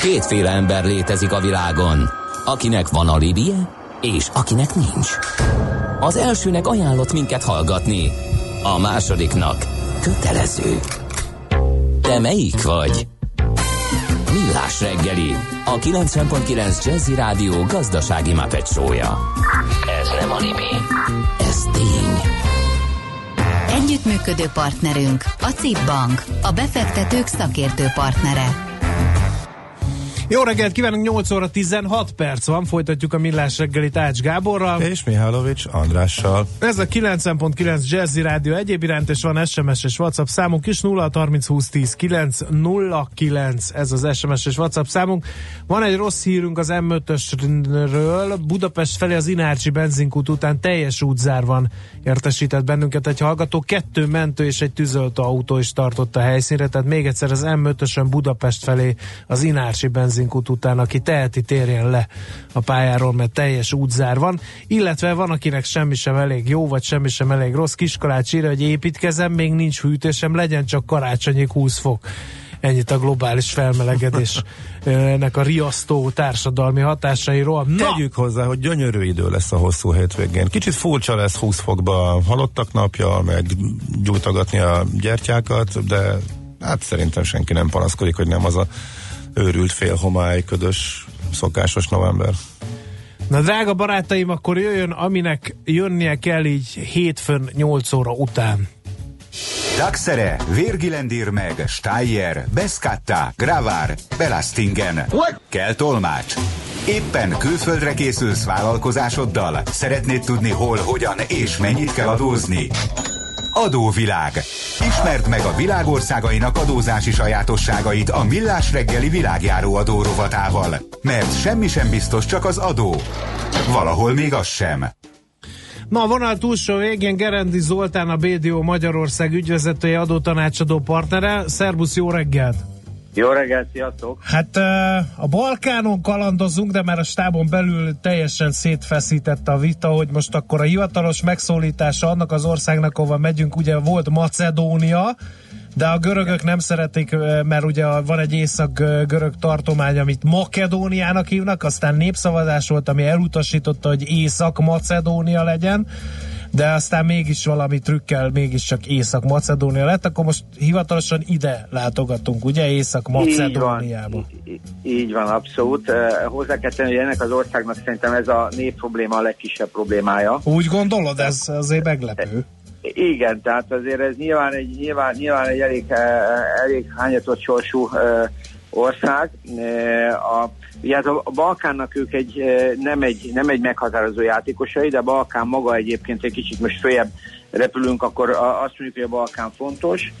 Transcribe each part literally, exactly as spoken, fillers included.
Kétféle ember létezik a világon, akinek van alibije, és akinek nincs. Az elsőnek ajánlott minket hallgatni, a másodiknak kötelező. Te melyik vagy? Millás reggeli, a kilencven pont kilenc Jazzy Rádió gazdasági Muppet show-ja. Ez nem anime, ez tény. Együttműködő partnerünk a cé i bé Bank, a befektetők szakértő partnere. Jó reggelt kívánunk, nyolc óra tizenhat perc van, folytatjuk a Millás reggelit Ács Gáborral. És Mihálovics Andrással. Ez a kilencven pont kilenc Jazzy Rádió egyéb iránt, és van es em es és WhatsApp számunk is, nulla harminc húsz tíz kilenc nulla kilenc, ez az es em es és WhatsApp számunk. Van egy rossz hírünk az em ötösről, Budapest felé az Inárcsi benzinkút után teljes útzár van, értesített bennünket egy hallgató, kettő mentő és egy tűzoltó autó is tartott a helyszínre, tehát még egyszer az em ötösön Budapest felé az Inárcsi benzinkút után, aki teheti, térjen le a pályáról, mert teljes útzár van, illetve van, akinek semmi sem elég jó, vagy semmi sem elég rossz. Kiskalács írja, hogy építkezem, még nincs hűtésem, legyen csak karácsonyig húsz fok. Ennyit a globális felmelegedésnek a riasztó társadalmi hatásairól. Na! Tegyük hozzá, hogy gyönyörű idő lesz a hosszú hétvégén. Kicsit furcsa lesz húsz fokba a halottak napja, meg gyújtogatni a gyertyákat, de hát szerintem senki nem panaszkodik, hogy nem az a őrült félhomály, ködös, szokásos november. Na drága barátaim, akkor jöjjön, aminek jönnie kell így hétfőn nyolc óra után. Daxere, Virgilendir meg, Steyer, Beskatta, Gravár, Belastingen. Kell tolmács. Éppen külföldre készülsz vállalkozásoddal? Szeretnéd tudni hol, hogyan és mennyit kell adózni? Adóvilág. Ismerd meg a világ országainak adózási sajátosságait a Millás reggeli világjáró adó rovatával. Mert semmi sem biztos, csak az adó. Valahol még az sem. Na, a vonal túlsó végén Gerendi Zoltán, a bé dé o Magyarország ügyvezetője, adótanácsadó partnere. Szerbusz, jó reggelt! Jó reggelt, sziasztok! Hát a Balkánon kalandozunk, de már a stábon belül teljesen szétfeszített a vita, hogy most akkor a hivatalos megszólítása annak az országnak, ahova megyünk, ugye volt Macedónia, de a görögök nem szeretik, mert ugye van egy észak-görög tartomány, amit Makedóniának hívnak, aztán népszavazás volt, ami elutasította, hogy Észak-Macedónia legyen, de aztán mégis valami trükkel mégiscsak Észak-Macedónia lett, akkor most hivatalosan ide látogatunk, ugye, Észak-Macedóniába. Így, így van, abszolút. Uh, hozzá kell tenni, hogy ennek az országnak szerintem ez a nép probléma a legkisebb problémája. Úgy gondolod? Ez azért meglepő. Igen, tehát azért ez nyilván egy, nyilván, nyilván egy elég, elég hányatott sorsú uh, ország. Uh, a Ugye hát a Balkánnak ők egy, nem, egy, nem egy meghatározó játékosai, de a Balkán maga egyébként egy kicsit most följebb repülünk, akkor azt mondjuk, hogy a Balkán fontos,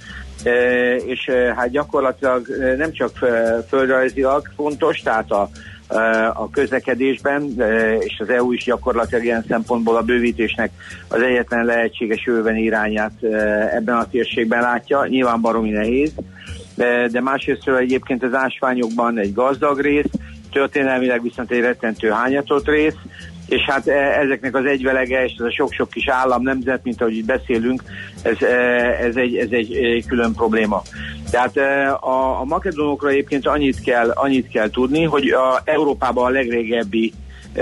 és hát gyakorlatilag nem csak földrajzilag fontos, tehát a, a közlekedésben, és az é u is gyakorlatilag ilyen szempontból a bővítésnek az egyetlen lehetséges jövőbeni irányát ebben a térségben látja, nyilván baromi nehéz, de, de másrésztről egyébként az ásványokban egy gazdag rész, történelmileg viszont egy rettentő hányatott rész, és hát ezeknek az egyvelege, és ez a sok-sok kis állam, nemzet, mint ahogy itt beszélünk, ez, ez, egy, ez egy, egy külön probléma. Tehát a, a makedónokra egyébként annyit kell, annyit kell tudni, hogy a Európában a legrégebbi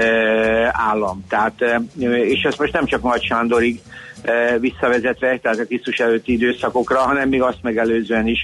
állam. Tehát, és ezt most nem csak Nagy Sándorig visszavezetve, tehát a Krisztus előtti időszakokra, hanem még azt megelőzően is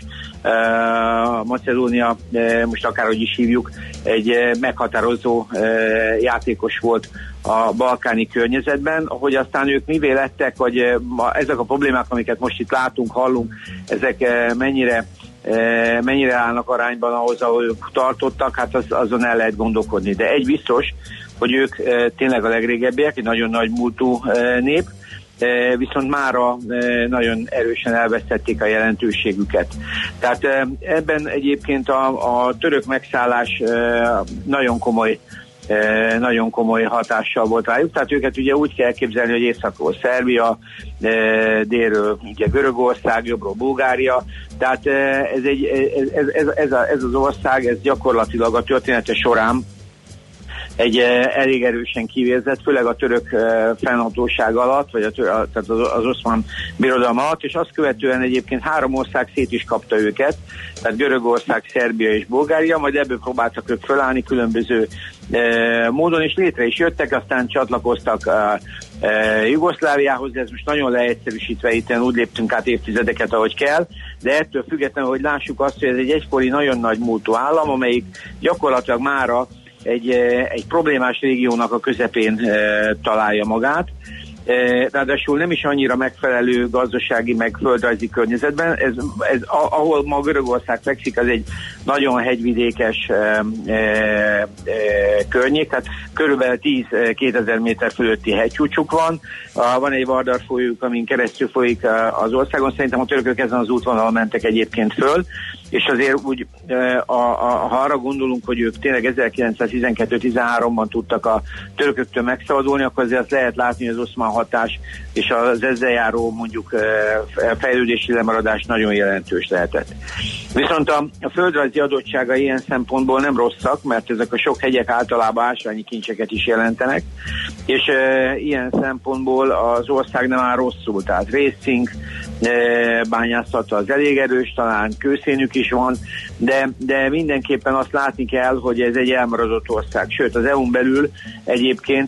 a Macedónia, most akárhogy is hívjuk, egy meghatározó játékos volt a balkáni környezetben, hogy aztán ők mivé lettek, hogy ezek a problémák, amiket most itt látunk, hallunk, ezek mennyire mennyire állnak arányban ahhoz, ahol ők tartottak, hát az, azon el lehet gondolkodni. De egy biztos, hogy ők tényleg a legrégebbiek, egy nagyon nagy múltú nép, viszont mára nagyon erősen elvesztették a jelentőségüket. Tehát ebben egyébként a, a török megszállás nagyon komoly nagyon komoly hatással volt rájuk. Tehát őket ugye úgy kell elképzelni, hogy északról Szerbia, délről ugye Görögország, jobbról Bulgária. Tehát ez, egy, ez, ez, ez, a, ez az ország, ez gyakorlatilag a története során egy elég erősen kivérzett, főleg a török fennhatóság alatt, vagy a, tehát az, az oszmán birodalom alatt, és azt követően egyébként három ország szét is kapta őket, tehát Görögország, Szerbia és Bulgária, majd ebből próbáltak ők fölállni különböző e, módon, és létre is jöttek, aztán csatlakoztak e, e, Jugoszláviához, ez most nagyon leegyszerűsítve itt úgy léptünk át évtizedeket, ahogy kell, de ettől függetlenül, hogy lássuk azt, hogy ez egy egykori nagyon nagy múltú állam, amelyik gyakorlatilag mára egy, egy problémás régiónak a közepén e, találja magát. E, ráadásul nem is annyira megfelelő gazdasági, meg földrajzi környezetben. Ez, ez, ahol ma Görögország fekszik, az egy nagyon hegyvidékes e, e, e, környék, tehát körülbelül tíz-kétezer méter fölötti hegycsúcsuk van. A, van egy Vardar folyójuk, amin keresztül folyik az országon. Szerintem a törökök ezen az útvonalon mentek egyébként föl, és azért úgy, a, a, ha arra gondolunk, hogy ők tényleg ezerkilencszáztizenkettő-tizenháromban tudtak a törököktől megszabadulni, akkor azért azt lehet látni, hogy az oszmán hatás és az ezzel járó mondjuk fejlődési lemaradás nagyon jelentős lehetett. Viszont a, a földrajzi adottsága ilyen szempontból nem rosszak, mert ezek a sok hegyek általában ásványi kincseket is jelentenek, és e, ilyen szempontból az ország nem áll rosszul, tehát részcink e, bányászata az elég erős, talán kőszénük is van, de, de mindenképpen azt látni kell, hogy ez egy elmaradott ország, sőt az é u-n belül egyébként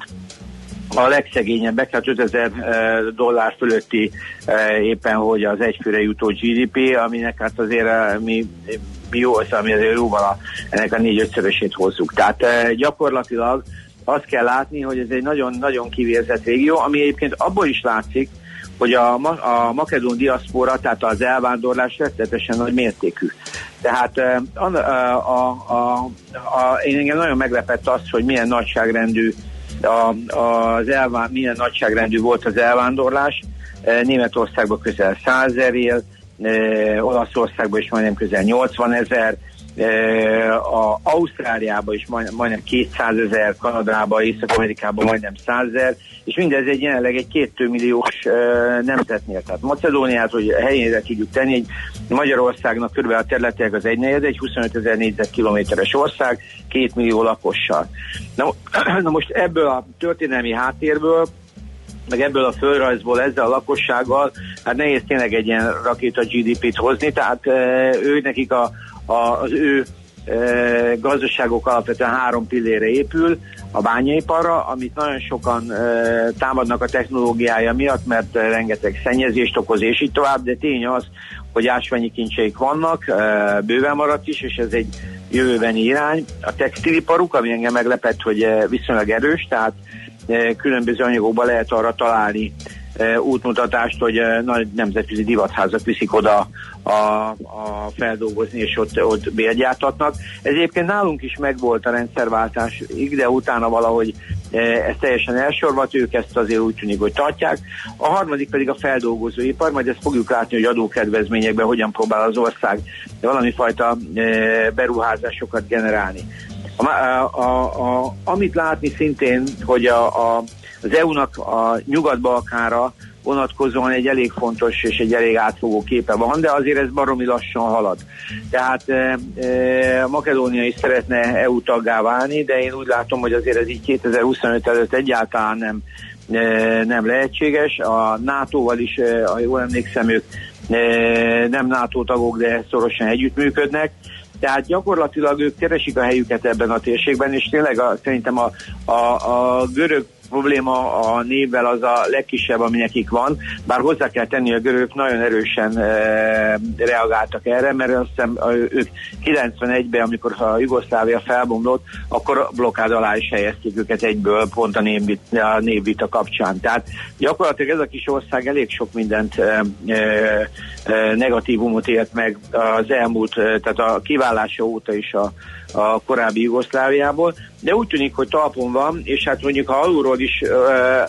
a legszegényebbek, tehát ötezer dollár fölötti éppen, hogy az egyfőre jutó gé dé pé, aminek hát azért mi, mi jó, ami azért jóval a, ennek a négy-ötszörösét hozzuk. Tehát gyakorlatilag azt kell látni, hogy ez egy nagyon-nagyon kivérzett régió, ami egyébként abból is látszik, hogy a, a makedón diaszpora, tehát az elvándorlás rettenetesen nagy mértékű. Tehát a, a, a, a, a, én engem nagyon meglepett az, hogy milyen nagyságrendű A, az elvá, milyen nagyságrendű volt az elvándorlás. Németországban közel százezer él, Olaszországban is majdnem közel nyolcvanezer, a Ausztráliában is majd, majdnem kétszázezer, Kanadában, Észak-Amerikában majdnem százezer, és mindez egy jelenleg egy két milliós nemzetnél. Tehát Macedóniát, hogy helyére tudjuk tenni, egy Magyarországnak körülbelül a területek az egynegyed, egy huszonötezer négyzetkilométeres ország, két millió lakossal. Na, na most ebből a történelmi háttérből, meg ebből a földrajzból, ezzel a lakossággal, hát nehéz tényleg egy ilyen rakéta gé dé pét hozni, tehát ő nekik a, a, az ő e, gazdaságok alapvetően három pillére épül, a bányaiparra, amit nagyon sokan e, támadnak a technológiája miatt, mert rengeteg szennyezést okoz, és így tovább, de tény az, hogy ásványi kincseik vannak, e, bőven maradt is, és ez egy jövőbeni irány. A textiliparuk, ami engem meglepett, hogy viszonylag erős, tehát különböző anyagokban lehet arra találni útmutatást, hogy nagy nemzetközi divatházak viszik oda a, a feldolgozni, és ott, ott bérgyártatnak. Ez egyébként nálunk is megvolt a rendszerváltásig, de utána valahogy ez teljesen elsorvat, ők ezt azért úgy tűnik, hogy tartják. A harmadik pedig a feldolgozóipar, majd ezt fogjuk látni, hogy adókedvezményekben hogyan próbál az ország valami fajta beruházásokat generálni. A, a, a, a, amit látni szintén, hogy a, a, az é u-nak a Nyugat-Balkánra vonatkozóan egy elég fontos és egy elég átfogó képe van, de azért ez baromi lassan halad. Tehát e, e, Makedónia is szeretne é u taggá válni, de én úgy látom, hogy azért ez így kétezer-huszonöt előtt egyáltalán nem, e, nem lehetséges. A nátóval is, e, ha jól emlékszem, ők e, nem NATO tagok, de szorosan együttműködnek. Tehát gyakorlatilag ők keresik a helyüket ebben a térségben, és tényleg a, szerintem a, a, a görög probléma a névvel az a legkisebb, ami nekik van, bár hozzá kell tenni, a görögök nagyon erősen e, reagáltak erre, mert azt hiszem ők kilencvenegyben, amikor a Jugoszlávia felbomlott, akkor blokkád alá is helyezték őket egyből pont a névvita, a névvita kapcsán. Tehát gyakorlatilag ez a kis ország elég sok mindent e, e, negatívumot élt meg az elmúlt, tehát a kiválása óta is a, a korábbi Jugoszláviából, de úgy tűnik, hogy talpon van, és hát mondjuk ha alulról is ö,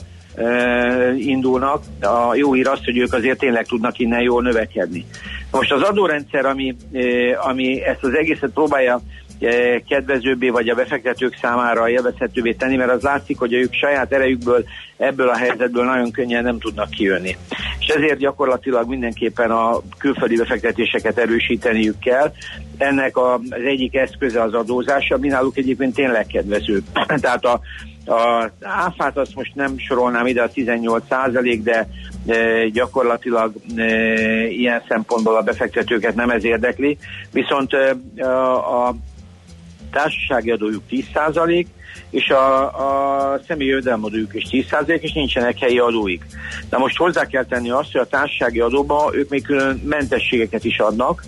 ö, indulnak, a jó hír az, hogy ők azért tényleg tudnak innen jól növekedni. Most az adórendszer, ami, ö, ami ezt az egészet próbálja kedvezőbbé, vagy a befektetők számára élvezhetőbbé tenni, mert az látszik, hogy ők saját erejükből ebből a helyzetből nagyon könnyen nem tudnak kijönni. És ezért gyakorlatilag mindenképpen a külföldi befektetéseket erősíteniük kell. Ennek a, az egyik eszköze az adózás, ami náluk egyébként tényleg kedvező. Tehát a A áfát azt most nem sorolnám ide, a tizennyolc százalék, de e, gyakorlatilag e, ilyen szempontból a befektetőket nem ez érdekli. Viszont e, a, a társasági adójuk tíz százalék, és a, a személyi jövedelemadójuk is tíz százalék, és nincsenek helyi adóik. Na most hozzá kell tenni azt, hogy a társasági adóba ők még külön mentességeket is adnak,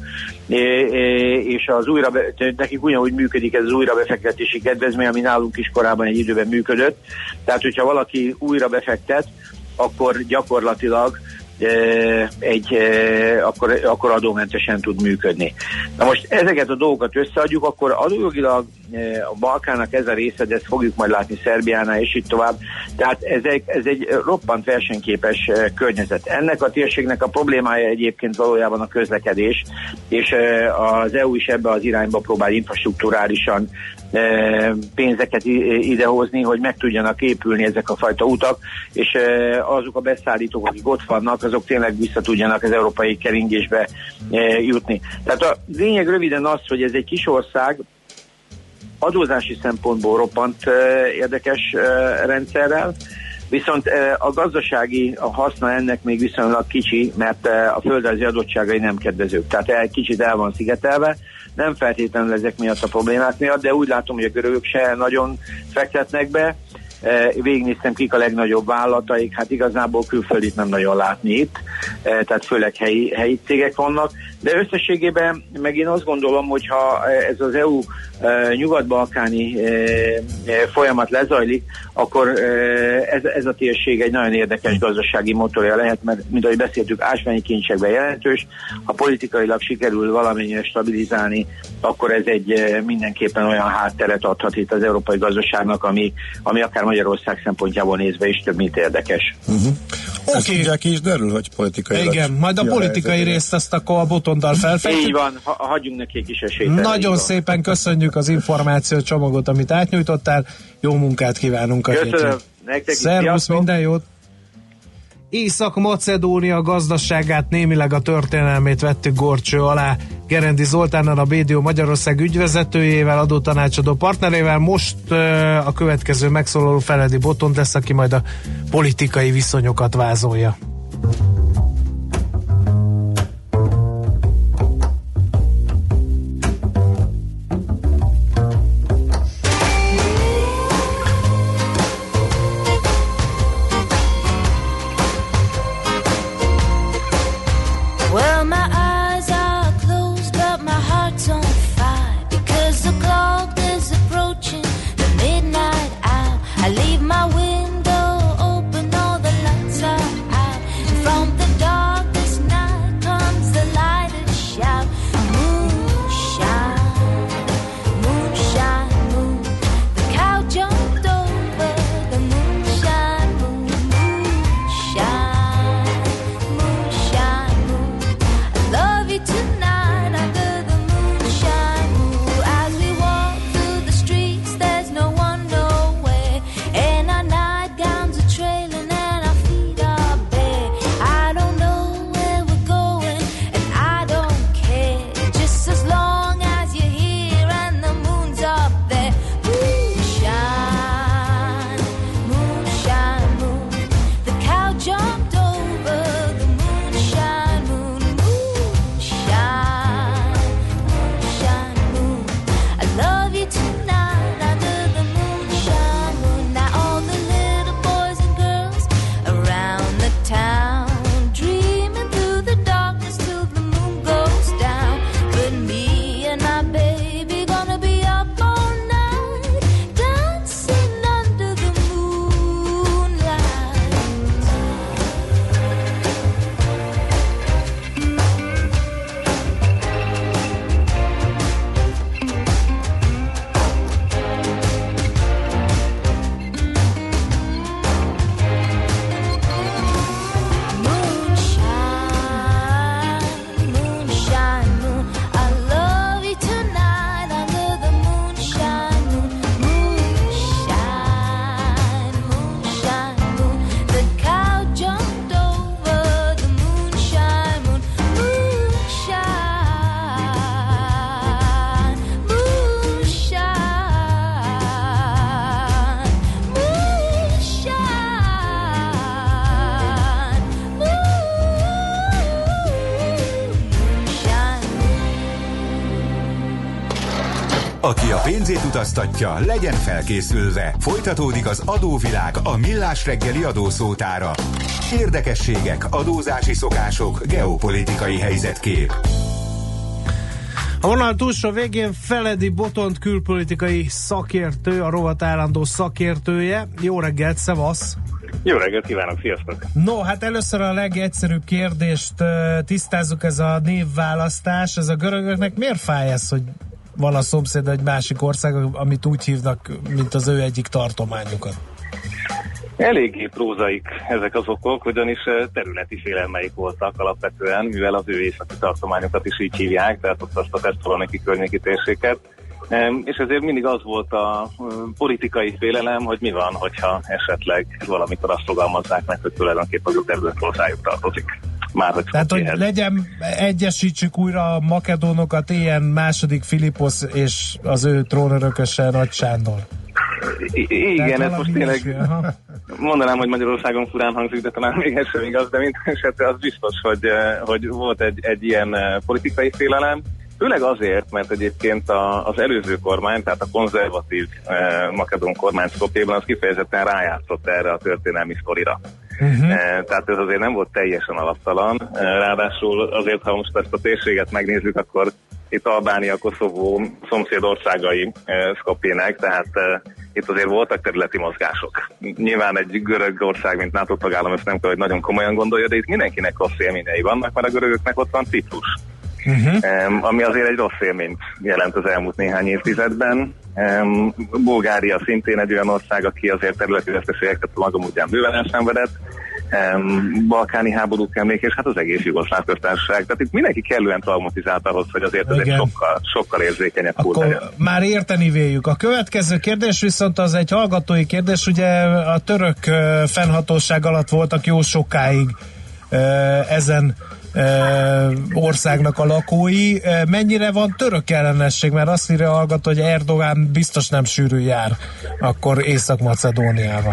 és az újra, nekik ugyanúgy működik ez az újrabefektetési kedvezmény, ami nálunk is korábban egy időben működött. Tehát, hogyha valaki újra befektet, akkor gyakorlatilag egy, akkor, akkor adómentesen tud működni. Na most ezeket a dolgokat összeadjuk, akkor adójogilag a Balkánnak ez a része, de ezt fogjuk majd látni Szerbiánál, és így tovább. Tehát ez egy, ez egy roppant versenyképes környezet. Ennek a térségnek a problémája egyébként valójában a közlekedés, és az é u is ebbe az irányba próbál infrastrukturálisan pénzeket idehozni, hogy meg tudjanak épülni ezek a fajta utak, és azok a beszállítók, akik ott vannak, azok tényleg vissza tudjanak az európai keringésbe jutni. Tehát a lényeg röviden az, hogy ez egy kis ország, adózási szempontból roppant érdekes rendszerrel, viszont a gazdasági a haszna ennek még viszonylag kicsi, mert a földrajzi adottságai nem kedvezők. Tehát egy kicsit el van szigetelve, nem feltétlenül ezek miatt a problémák miatt, de úgy látom, hogy a görögök se nagyon fektetnek be. Végignéztem, kik a legnagyobb vállalataik, hát igazából külföldit nem nagyon látni itt, tehát főleg helyi, helyi cégek vannak, de összességében meg én azt gondolom, hogy ha ez az é u nyugat-balkáni folyamat lezajlik, akkor ez, ez a térség egy nagyon érdekes gazdasági motorja lehet, mert mint ahogy beszéltük, ásványi kincsekben jelentős, ha politikailag sikerül valamennyire stabilizálni, akkor ez egy mindenképpen olyan hátteret adhat itt az európai gazdaságnak, ami, ami akár Magyarország szempontjából nézve is több, mint érdekes. Uh-huh. Oké. Okay. Ki is derül, hogy politikai. Igen, majd a politikai részt azt akkor a botondal felfejtjük. Így van, ha, hagyjunk neki egy kis esélyt. Nagyon szépen köszönjük az információ csomagot, amit átnyújtottál. Jó munkát kívánunk a Köszönöm. Nektek is. Szervusz, minden jót! Észak-Macedónia gazdaságát némileg a történelmét vettük górcső alá. Gerendi Zoltánnal, a bé dé o Magyarország ügyvezetőjével, adótanácsadó partnerével. Most uh, a következő megszólaló Feledi Botond lesz, aki majd a politikai viszonyokat vázolja. From a pénzét utaztatja, legyen felkészülve. Folytatódik az adóvilág a Millás reggeli adószótára. Érdekességek, adózási szokások, geopolitikai helyzetkép. A vonal túlsó végén Feledi Botont külpolitikai szakértő, a rovat állandó szakértője. Jó reggelt, szevasz! Jó reggelt kívánok, sziasztok! No, hát először a legegyszerűbb kérdést tisztázzuk, ez a névválasztás. Ez a görögöknek miért fáj ez, hogy van a szomszéd egy másik ország, amit úgy hívnak, mint az ő egyik tartományukat? Eléggé prózaik ezek az okok, ugyanis területi félelmeik voltak alapvetően, mivel az ő északi tartományokat is így hívják, tehát ott azt a Thessaloniki környéki térséget. És ezért mindig az volt a politikai félelem, hogy mi van, hogyha esetleg valamikor azt fogalmazzák meg, hogy tulajdonképpen az a terület hozzájuk tartozik. Már, hogy Tehát, hogy legyen, egyesítsük újra a makedónokat, ilyen második Filiposz és az ő trónörököse Nagy Sándor. I- igen, ez most tényleg is, mondanám, hogy Magyarországon furán hangzik, de talán még ez sem igaz, de minden esetre az biztos, hogy, hogy volt egy, egy ilyen politikai félelem, főleg azért, mert egyébként a, az előző kormány, tehát a konzervatív eh, makedón kormány Skopjében az kifejezetten rájátszott erre a történelmi sztorira. Uh-huh. Eh, tehát ez azért nem volt teljesen alaptalan, eh, ráadásul azért, ha most ezt a térséget megnézzük, akkor itt Albánia, Koszovó szomszéd országai eh, Skopjének, tehát eh, itt azért voltak területi mozgások. Nyilván egy görög ország, mint NATO tagállam, ezt nem kell, hogy nagyon komolyan gondolja, de itt mindenkinek rossz élményei vannak, mert a görögöknek ott van Ciprus. Uh-huh. Um, ami azért egy rossz élményt jelent az elmúlt néhány évtizedben. Um, Bulgária szintén egy olyan ország, aki azért területi veszteségeket maga módján bőven elszenvedett. Um, balkáni háborúk emlék, és hát az egész Jugoszláv köztársaság. Tehát itt mindenki kellően traumatizált ahhoz, hogy azért ez egy sokkal, sokkal érzékenyebb Akkor legyen. Már érteni véljük. A következő kérdés viszont az egy hallgatói kérdés, ugye a török uh, fennhatóság alatt voltak jó sokáig uh, ezen országnak a lakói. Mennyire van török ellenesség? Mert azt írja a hallgató, hogy Erdogán biztos nem sűrűn jár akkor Észak-Macedóniába.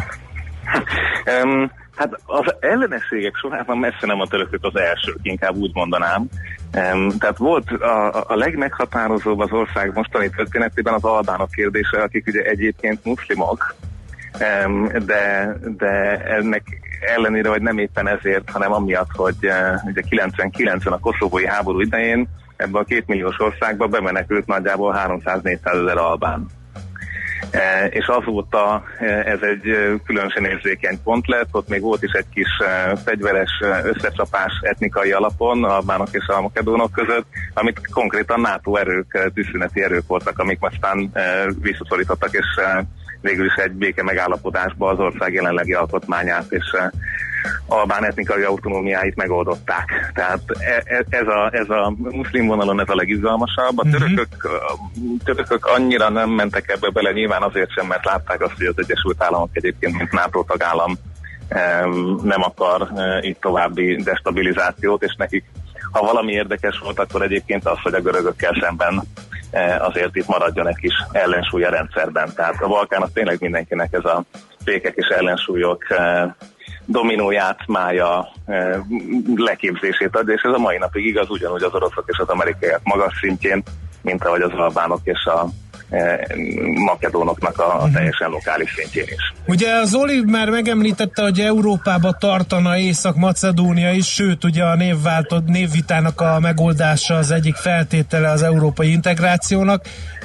Um, hát az ellenességek sorában messze nem a törökök az elsők, inkább úgy mondanám. Um, tehát volt a, a legmeghatározóbb az ország mostani történetében az albánok kérdése, akik ugye egyébként muszlimok, um, de, de ennek ellenére, vagy nem éppen ezért, hanem amiatt, hogy uh, ugye kilencvenkilencben a koszovói háború idején ebben a kétmilliós országba bemenekült nagyjából háromszáz-négyszázezer albán. Uh, és azóta uh, ez egy uh, különösen érzékeny pont lett, ott még volt is egy kis uh, fegyveres uh, összecsapás etnikai alapon albánok és a makedónok között, amit konkrétan NATO erők, uh, tűzszüneti erők voltak, amik aztán uh, visszaszorítottak, és uh, végül is egy béke megállapodásba az ország jelenlegi alkotmányát és uh, albán etnikai autonómiáit megoldották. Tehát ez a, ez a muszlim vonalon ez a legizgalmasabb. A törökök, uh-huh. törökök annyira nem mentek ebbe bele, nyilván azért sem, mert látták azt, hogy az Egyesült Államok egyébként, mint NATO tagállam um, nem akar uh, itt további destabilizációt, és nekik, ha valami érdekes volt, akkor egyébként az, hogy a görögökkel szemben azért itt maradjon egy kis ellensúly a rendszerben. Tehát a Balkán az tényleg mindenkinek ez a fékek és ellensúlyok dominóját, mája leképzését ad, és ez a mai napig igaz, ugyanúgy az oroszok és az amerikaiak magas szintjén, mint ahogy az albánok és a makedónoknak a, a teljesen lokális szintjén is. Ugye az Oli már megemlítette, hogy Európába tartana Észak-Macedónia is, sőt ugye a névváltó, névvitának a megoldása az egyik feltétele az európai integrációnak.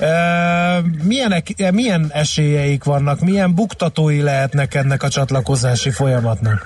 Milyenek, milyen esélyeik vannak, milyen buktatói lehetnek ennek a csatlakozási folyamatnak?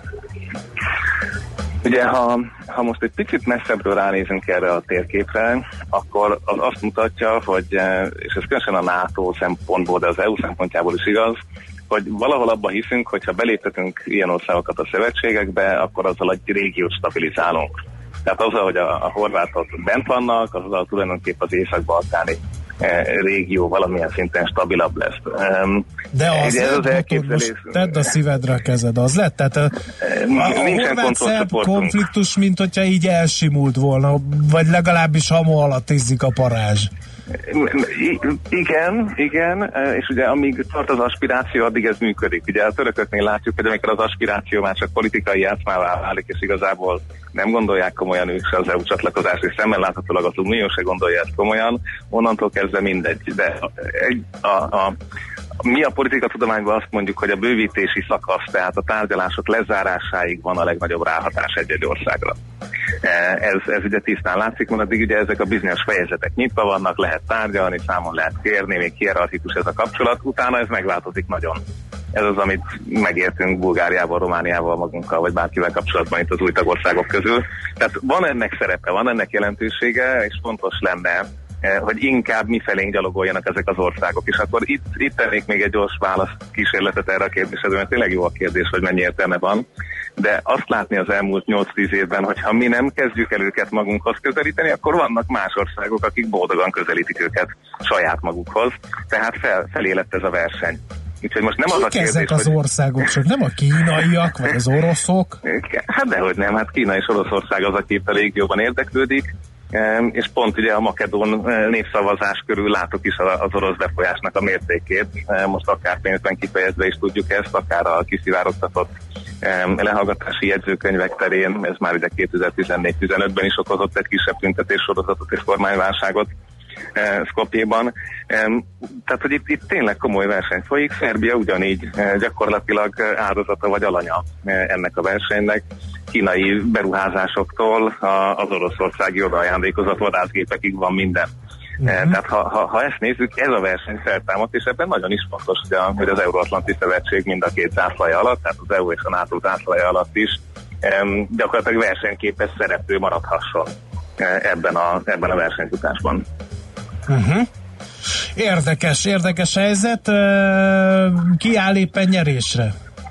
Ugye, ha, ha most egy picit messzebbről ránézünk erre a térképre, akkor az azt mutatja, hogy, és ez különösen a NATO szempontból, de az é u szempontjából is igaz, hogy valahol abban hiszünk, hogyha beléptetünk ilyen országokat a szövetségekbe, akkor azzal egy régiót stabilizálunk. Tehát azzal, hogy a, a horvátok bent vannak, azzal tulajdonképpen az észak-balkáni régió valamilyen szinten stabilabb lesz. De az lett, az most tedd a szívedre a kezed, az lett? Tehát a, a horvát-szerb konfliktus, mint hogyha így elsimult volna, vagy legalábbis hamu alatt izzik a parázs. Igen, igen, és ugye amíg tart az aspiráció, addig ez működik. Ugye a törököknél látjuk, hogy amikor az aspiráció már csak politikai játszmává válik, és igazából nem gondolják komolyan ők se az é u csatlakozást, és szemmel láthatólag az Unió se gondolja ezt komolyan, onnantól kezdve mindegy. De a, a, a mi a politikatudományban azt mondjuk, hogy a bővítési szakasz, tehát a tárgyalások lezárásáig van a legnagyobb ráhatás egy-egy országra. Ez, ez ugye tisztán látszik, mert addig ugye ezek a bizonyos fejezetek nyitva vannak, lehet tárgyalni, számon lehet kérni, még hierarchikus ez a kapcsolat, utána ez megváltozik nagyon. Ez az, amit megértünk Bulgáriával, Romániával, magunkkal, vagy bárkivel kapcsolatban itt az új tagországok közül. Tehát van ennek szerepe, van ennek jelentősége, és fontos lenne, hogy inkább mifelénk gyalogoljanak ezek az országok. És akkor itt, itt tennék még egy gyors válasz kísérletet erre a kérdésedre, mert tényleg jó a kérdés, hogy mennyi értelme van. De azt látni az elmúlt nyolc-tíz évben, hogy ha mi nem kezdjük el őket magunkhoz közelíteni, akkor vannak más országok, akik boldogan közelítik őket saját magukhoz. Tehát fel, felé lett ez a verseny. Úgyhogy most nem Kik az a kérdés, ezek az hogy... országok, csak nem a kínaiak, vagy az oroszok? Hát dehogy nem, hát Kína és Oroszország az, aki itt a légjobban érdeklődik, és pont ugye a makedón népszavazás körül látok is az orosz befolyásnak a mértékét. Most akár pénzben kifejezve is tudjuk ezt, akár a kiszivárogtatott lehallgatási jegyzőkönyvek terén, ez már ugye kétezer-tizennégy-tizenötben is okozott egy kisebb tüntetés sorozatot és kormányválságot Skopjéban. Tehát, hogy itt, itt tényleg komoly verseny folyik. Szerbia ugyanígy gyakorlatilag áldozata vagy alanya ennek a versenynek. Kínai beruházásoktól az oroszországi odaajándékozott vadászgépekig van minden. Uh-huh. Tehát ha, ha, ha ezt nézzük, ez a verseny feltámadt, és ebben nagyon is fontos, hogy, a, hogy az Euró-Atlanti Szövetség mind a két zászlaja alatt, tehát az é u és a NATO zászlaja alatt is em, gyakorlatilag versenyképes szereplő maradhasson ebben a, ebben a versenyfutásban. Uh-huh. Érdekes, érdekes helyzet. Ki áll éppen nyerésre?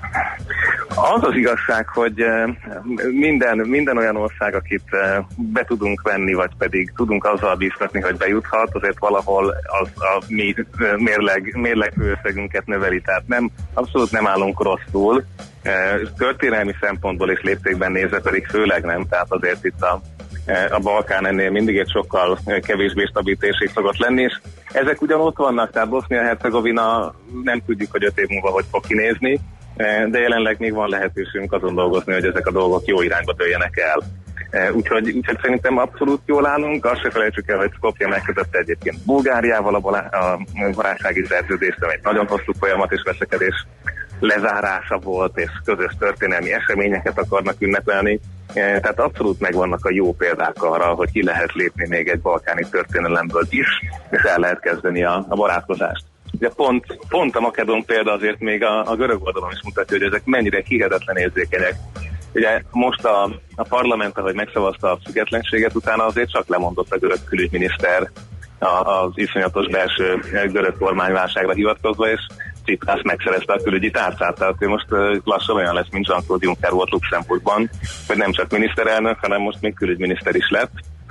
Az az igazság, hogy minden, minden olyan ország, akit be tudunk venni, vagy pedig tudunk azzal bíztatni, hogy bejuthat, azért valahol az a mi mérleg, mérlegfőösszegünket növeli. Tehát nem, abszolút nem állunk rosszul. Történelmi szempontból és léptékben nézve pedig főleg nem, tehát azért itt a a Balkán ennél mindig egy sokkal kevésbé stabil térség szokott lenni, és ezek ugyan ott vannak, tehát Bosznia-Hercegovina nem tudjuk, hogy öt év múlva hogy fog kinézni, de jelenleg még van lehetőségünk azon dolgozni, hogy ezek a dolgok jó irányba dőljenek el. Úgyhogy, úgyhogy szerintem abszolút jól állunk, azt se felejtsük el, hogy Skopje megkötötte egyébként Bulgáriával a, balá- a barátsági szerződést, egy nagyon hosszú folyamat és veszekedés lezárása volt, és közös történelmi eseményeket akarnak ünnepelni. Tehát abszolút megvannak a jó példák arra, hogy ki lehet lépni még egy balkáni történelemből is, és el lehet kezdeni a, a barátkozást. Ugye pont, pont a makedón példa azért még a, a görög oldalon is mutatja, hogy ezek mennyire hihetetlen érzékenyek. Ugye most a, a parlament, ahogy megszavazta a függetlenséget, utána azért csak lemondott a görög külügyminiszter az iszonyatos belső görög kormányválságra hivatkozva, és Tsiprász megszerezte a külügyi tárcát, tehát ő most lassan olyan lesz, mint Jean-Claude Juncker volt Luxemburgban, hogy nem csak miniszterelnök, hanem most még külügyminiszter is lett.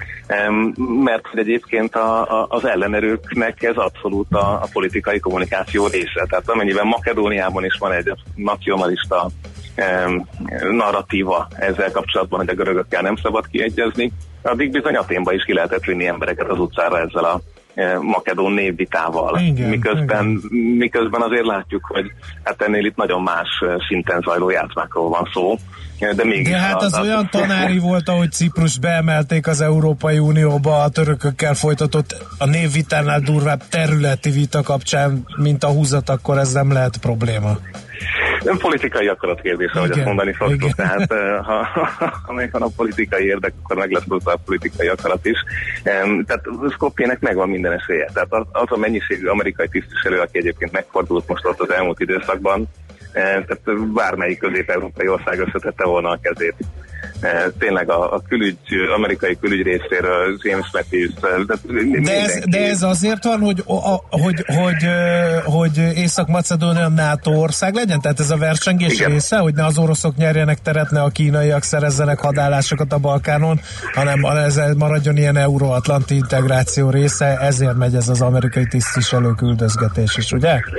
Mert hogy egyébként a, a, az ellenerőknek ez abszolút a, a politikai kommunikáció része. Tehát amennyiben Makedóniában is van egy nacionalista um, narratíva ezzel kapcsolatban, hogy a görögökkel nem szabad kiegyezni, addig bizony Athénba is ki lehetett vinni embereket az utcára ezzel a makedón névvitával. Igen, miközben, igen. miközben azért látjuk, hogy hát ennél itt nagyon más szinten zajló játszmákról van szó. De, mégis de hát az a, a... olyan tanári volt, ahogy Ciprus beemelték az Európai Unióba a törökökkel folytatott a névvitánál durvább területi vita kapcsán, mint a húzat, akkor ez nem lehet probléma. Nem politikai akarat kérdés, ahogy azt mondani szoktuk, tehát ha, ha, ha megvan a politikai érdek, akkor meg lesz hozzá a politikai akarat is. Tehát Skopjének megvan minden esélye. Tehát az, az a mennyiségű amerikai tisztviselő, aki egyébként megfordult most ott az elmúlt időszakban, tehát bármelyik közép-európai ország összetette volna a kezét. Tényleg a, a külügy, amerikai külügy részéről James Mattis. De ez, de ez azért van, hogy, a, hogy, hogy, hogy Észak-Macedónia NATO ország legyen? Tehát ez a versengés Igen. része, hogy ne az oroszok nyerjenek teret, ne a kínaiak szerezzenek hadállásokat a Balkánon, hanem ez maradjon ilyen euró-atlanti integráció része, ezért megy ez az amerikai tisztviselő küldözgetés is, ugye?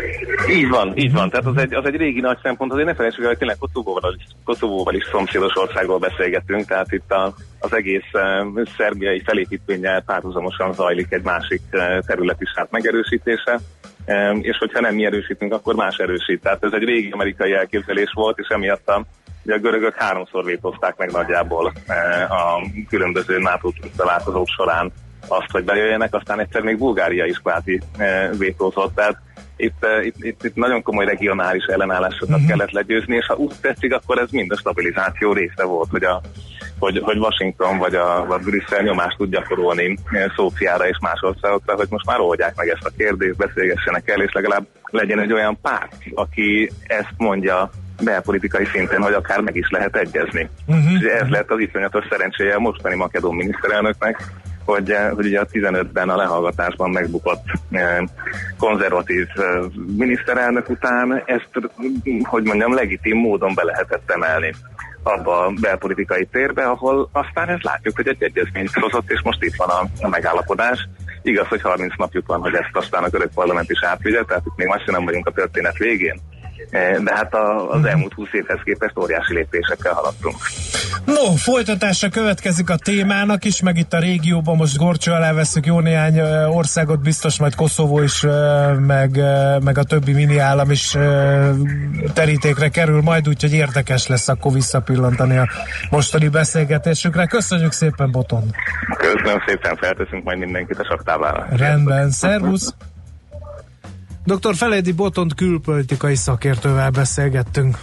Így van, így van. Tehát az egy, az egy régi nagy szempont, azért ne felejtsük el, hogy tényleg Koszovóval, Koszovóval is szomszédos országról beszélgetünk, tehát itt a, az egész uh, szerbiai felépítménnyel párhuzamosan zajlik egy másik uh, terület is hát megerősítése, um, és hogyha nem mi erősítünk, akkor más erősít. Tehát ez egy régi amerikai elképzelés volt, és emiatt a, ugye a görögök háromszor vétózták meg nagyjából uh, a különböző NATO találkozók során azt, hogy bejöjjenek, aztán egyszer még Bulgária is kvázi uh, vétózott, tehát Itt, itt, itt, itt nagyon komoly regionális ellenállásokat uh-huh. kellett legyőzni, és ha úgy tetszik, akkor ez mind a stabilizáció része volt, hogy, a, hogy, hogy Washington vagy a, vagy Brüsszel nyomást tud gyakorolni Szófiára és más országokra, hogy most már oldják meg ezt a kérdést, beszélgessenek el, és legalább legyen egy olyan párt, aki ezt mondja belpolitikai szinten, hogy akár meg is lehet egyezni. Uh-huh. És ez lett az iszonyatos szerencséje a mostani makedón miniszterelnöknek, hogy, hogy ugye a tizenötben a lehallgatásban megbukott eh, konzervatív eh, miniszterelnök után ezt, hogy mondjam, legitim módon be lehetett emelni abba a belpolitikai térbe, ahol aztán ezt látjuk, hogy egy egyezményt hozott, és most itt van a, a megállapodás. Igaz, hogy harminc napjuk van, hogy ezt aztán a görög parlament is átvigye, tehát itt még messze nem vagyunk a történet végén. De hát a, az elmúlt húsz évhez képest óriási lépésekkel haladtunk. No, folytatása következik a témának is, meg itt a régióban most górcső alá veszük jó néhány országot, biztos majd Koszovó is, meg, meg a többi mini állam is terítékre kerül majd, úgyhogy érdekes lesz akkor visszapillantani a mostani beszélgetésükre. Köszönjük szépen, Botond! Köszönöm szépen, felteszünk majd mindenkit a saktávára. Rendben, szervusz! doktor Feledi Botond külpolitikai szakértővel beszélgettünk.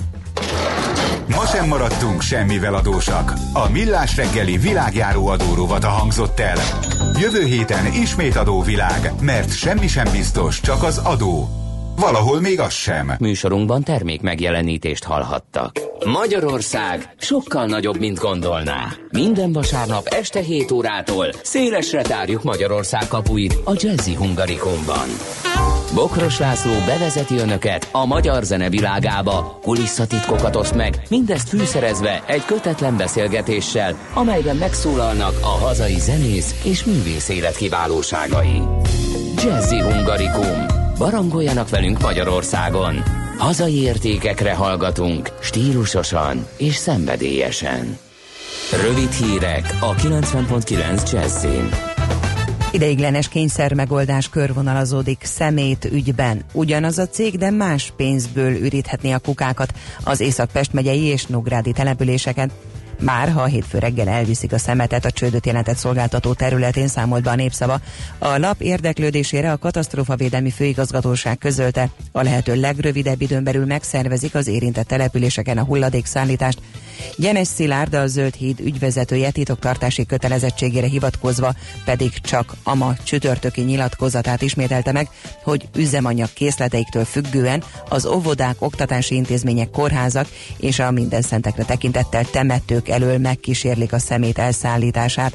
Ma sem maradtunk semmivel adósak. A Millás reggeli világjáró adórovata hangzott el. Jövő héten ismét adóvilág, mert semmi sem biztos, csak az adó. Valahol még az sem. Műsorunkban termék megjelenítést hallhattak. Magyarország sokkal nagyobb, mint gondolná. Minden vasárnap este hét órától szélesre tárjuk Magyarország kapuit a Jazzy Hungarikumban. Bokros László bevezeti önöket a magyar zene világába, kulisszatitkokat oszt meg, mindezt fűszerezve egy kötetlen beszélgetéssel, amelyben megszólalnak a hazai zenész és művész élet kiválóságai. Jazzy Hungarikum. Barangoljanak velünk Magyarországon. Hazai értékekre hallgatunk, stílusosan és szenvedélyesen. Rövid hírek a kilencven pont kilenc Jazzyn. Ideiglenes kényszermegoldás körvonalazódik Szemét ügyben. Ugyanaz a cég, de más pénzből üríthetné a kukákat az Észak-Pest megyei és Nógrádi településeken. Már ha hétfő reggel elviszik a szemetet a csődöt jelentett szolgáltató területén, számolt be a Népszava. A lap érdeklődésére a katasztrófavédelmi főigazgatóság közölte, a lehető legrövidebb időn belül megszervezik az érintett településeken a hulladékszállítást. Gyenes Szilárd, a Zöld Híd ügyvezetője titoktartási kötelezettségére hivatkozva pedig csak a ma csütörtöki nyilatkozatát ismételte meg, hogy üzemanyag készleteiktől függően az óvodák, oktatási intézmények, kórházak és a mindenszentekre tekintettel temetők elől megkísérlik a szemét elszállítását.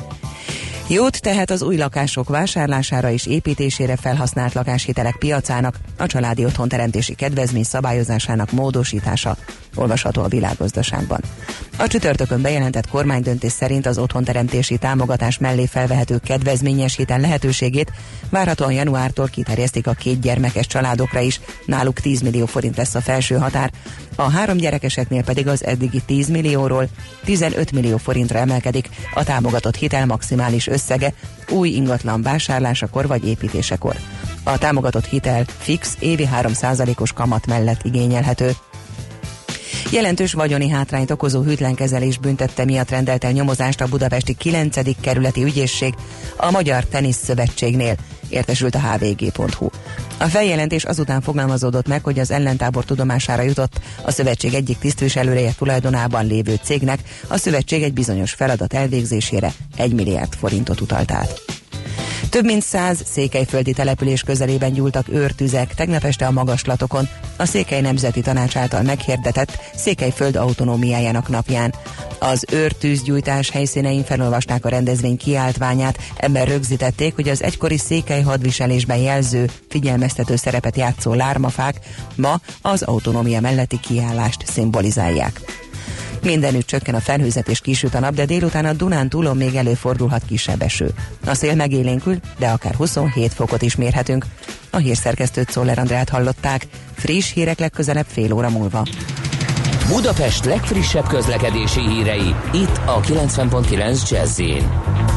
Jót tehet az új lakások vásárlására és építésére felhasznált lakáshitelek piacának a családi otthonteremtési kedvezmény szabályozásának módosítása, olvasható a Világgazdaságban. A csütörtökön bejelentett kormánydöntés szerint az otthonteremtési támogatás mellé felvehető kedvezményes hitel lehetőségét várhatóan januártól kiterjesztik a két gyermekes családokra is, náluk tíz millió forint lesz a felső határ, a három gyerekeseknél pedig az eddigi tíz millióról tizenöt millió forintra emelkedik a támogatott hitel maximális összege új ingatlan vásárlásakor vagy építésekor. A támogatott hitel fix évi három százalékos kamat mellett igényelhető. Jelentős vagyoni hátrányt okozó hűtlenkezelés büntette miatt rendelt el nyomozást a budapesti kilencedik kerületi ügyészség a Magyar Tenisz Szövetségnél, értesült a há vé gé pont hú. A feljelentés azután fogalmazódott meg, hogy az ellentábor tudomására jutott a szövetség egyik tisztviselője tulajdonában lévő cégnek a szövetség egy bizonyos feladat elvégzésére egy milliárd forintot utalt át. Több mint száz székelyföldi település közelében gyúltak őrtüzek tegnap este a magaslatokon, a Székely Nemzeti Tanács által meghirdetett Székelyföld autonómiájának napján. Az őrtűzgyújtás helyszínein felolvasták a rendezvény kiáltványát, ebben rögzítették, hogy az egykori székely hadviselésben jelző, figyelmeztető szerepet játszó lármafák ma az autonómia melletti kiállást szimbolizálják. Mindenütt csökken a felhőzet és kisüt a nap, de délután a Dunán túlon még előfordulhat kisebb eső. A szél megélénkül, de akár huszonhét fokot is mérhetünk. A hírszerkesztőt, Szoller Andrát hallották. Friss hírek legközelebb fél óra múlva. Budapest legfrissebb közlekedési hírei, itt a kilencven pont kilenc Jazz-in.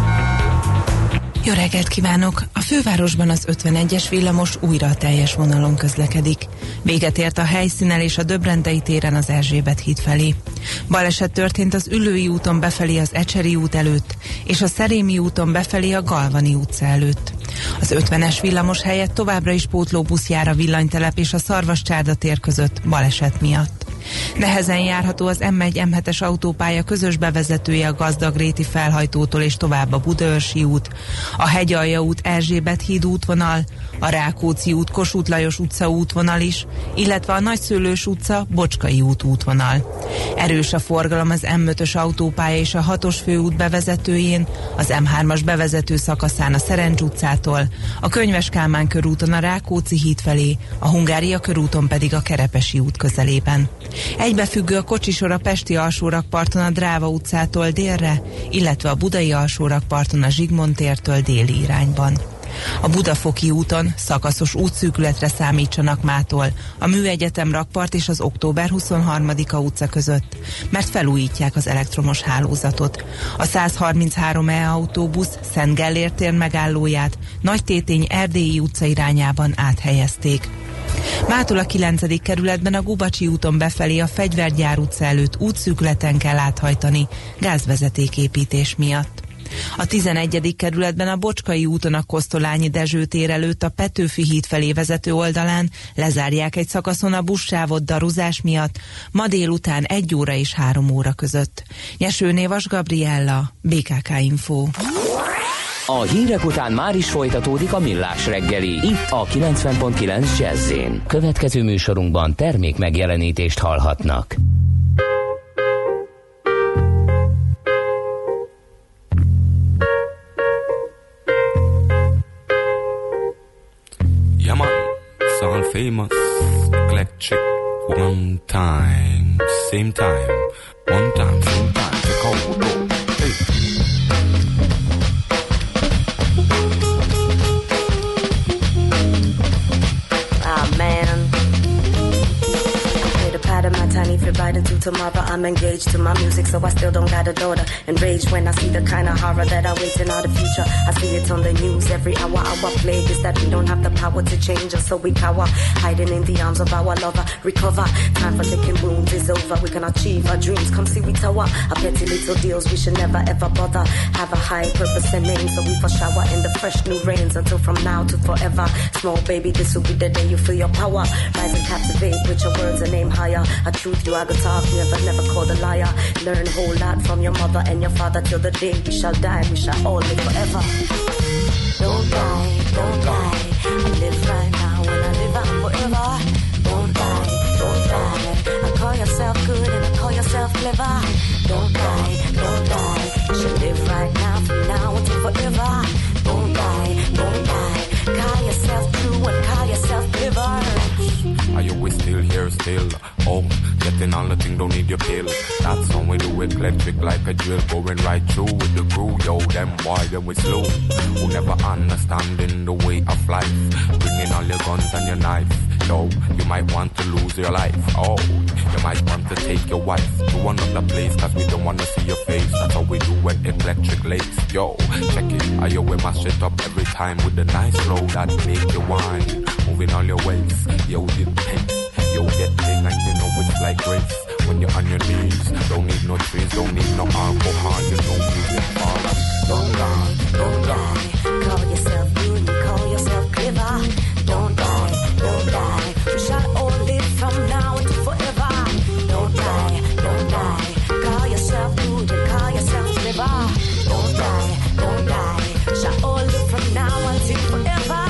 Jó reggelt kívánok! A fővárosban az ötvenegyes villamos újra a teljes vonalon közlekedik. Véget ért a helyszínen és a Döbrentei téren az Erzsébet híd felé. Baleset történt az Üllői úton befelé az Ecseri út előtt, és a Szerémi úton befelé a Galvani utca előtt. Az ötvenes villamos helyett továbbra is pótlóbusz jár a Villanytelep és a Szarvascsárda tér között baleset miatt. Nehezen járható az em egy em hetes autópálya közös bevezetője a Gazdagréti felhajtótól és tovább a Budaörsi út, a Hegyalja út Erzsébet híd útvonal, a Rákóczi út Kossuth Lajos utca útvonal is, illetve a Nagyszőlős utca Bocskai út útvonal. Erős a forgalom az em ötös autópálya és a hatos főút bevezetőjén, az em hármas bevezető szakaszán a Szerencs utcától, a Könyves Kálmán körúton a Rákóczi híd felé, a Hungária körúton pedig a Kerepesi út közelében. Egybefüggő a kocsisor a Pesti alsórakparton a Dráva utcától délre, illetve a Budai alsórakparton a Zsigmond tértől déli irányban. A Budafoki úton szakaszos útszűkületre számítsanak mától a Műegyetem rakpart és az Október huszonharmadika utca között, mert felújítják az elektromos hálózatot. A százharminchárom E autóbusz Szent Gellért tér megállóját Nagytétény Erdélyi utca irányában áthelyezték. Mától a kilencedik kerületben a Gubacsi úton befelé a Fegyvergyár utca előtt útszűkületen kell áthajtani gázvezetéképítés miatt. A tizenegyedik kerületben a Bocskai úton a Kosztolányi Dezső tér előtt a Petőfi híd felé vezető oldalán lezárják egy szakaszon a buszsávot daruzás miatt ma délután egy óra és három óra között. Nyesőnévas Gabriella, bé ká ká Info. A hírek után már is folytatódik a Millás reggeli, itt a kilencven pont kilenc Jazz-én. Következő műsorunkban termék megjelenítést hallhatnak. Yeah man, sound famous, eclectic, one time, same time, one time, same time, take out, go, hey. My tiny fit right into tomorrow. I'm engaged to my music, so I still don't got a daughter. Enraged when I see the kind of horror that awaits in the future. I see it on the news every hour. Our plague is that we don't have the power to change us, so we cower, hiding in the arms of our lover. Recover, time for licking wounds is over. We can achieve our dreams. Come see we tower. Our petty little deals we should never ever bother. Have a high purpose and name, so we for shower in the fresh new rains until from now to forever. Small baby, this will be the day you feel your power. Rise and captivate with your words and aim higher. A truth you are gonna talk, never, never called a liar. Learn a whole lot from your mother and your father till the day we shall die. We shall all live forever. Don't die, don't die. I live right now and I live on forever. Don't die, don't die. I call yourself good and I call yourself clever. Don't die, don't die. You should live right now from now until forever. Don't die, don't die. Call yourself true and call yourself clever. Are you we still here still? Oh, getting on the thing, don't need your pill. That's how we do it, electric like a drill. Going right through with the crew, yo, them boy, them we slow. Who never understanding the way of life. Bringing all your guns and your knife. Yo, you might want to lose your life. Oh, you might want to take your wife to another place, cause we don't wanna see your face. That's how we do it, electric lakes. Yo, check it, I yo, we mash it up every time with the nice flow that make you whine. Moving all your ways, yo, the pace. Yo, get thing and you know it's like grace. When you're on your knees, don't need no trees, don't need no alcohol, you know music fall. Don't die, don't die. Call yourself good and call yourself clever. Don't die, don't die. We shall all live from now until forever. Don't die, don't die. Call yourself good and call yourself clever. Don't die, don't die. We shall all live from now until forever.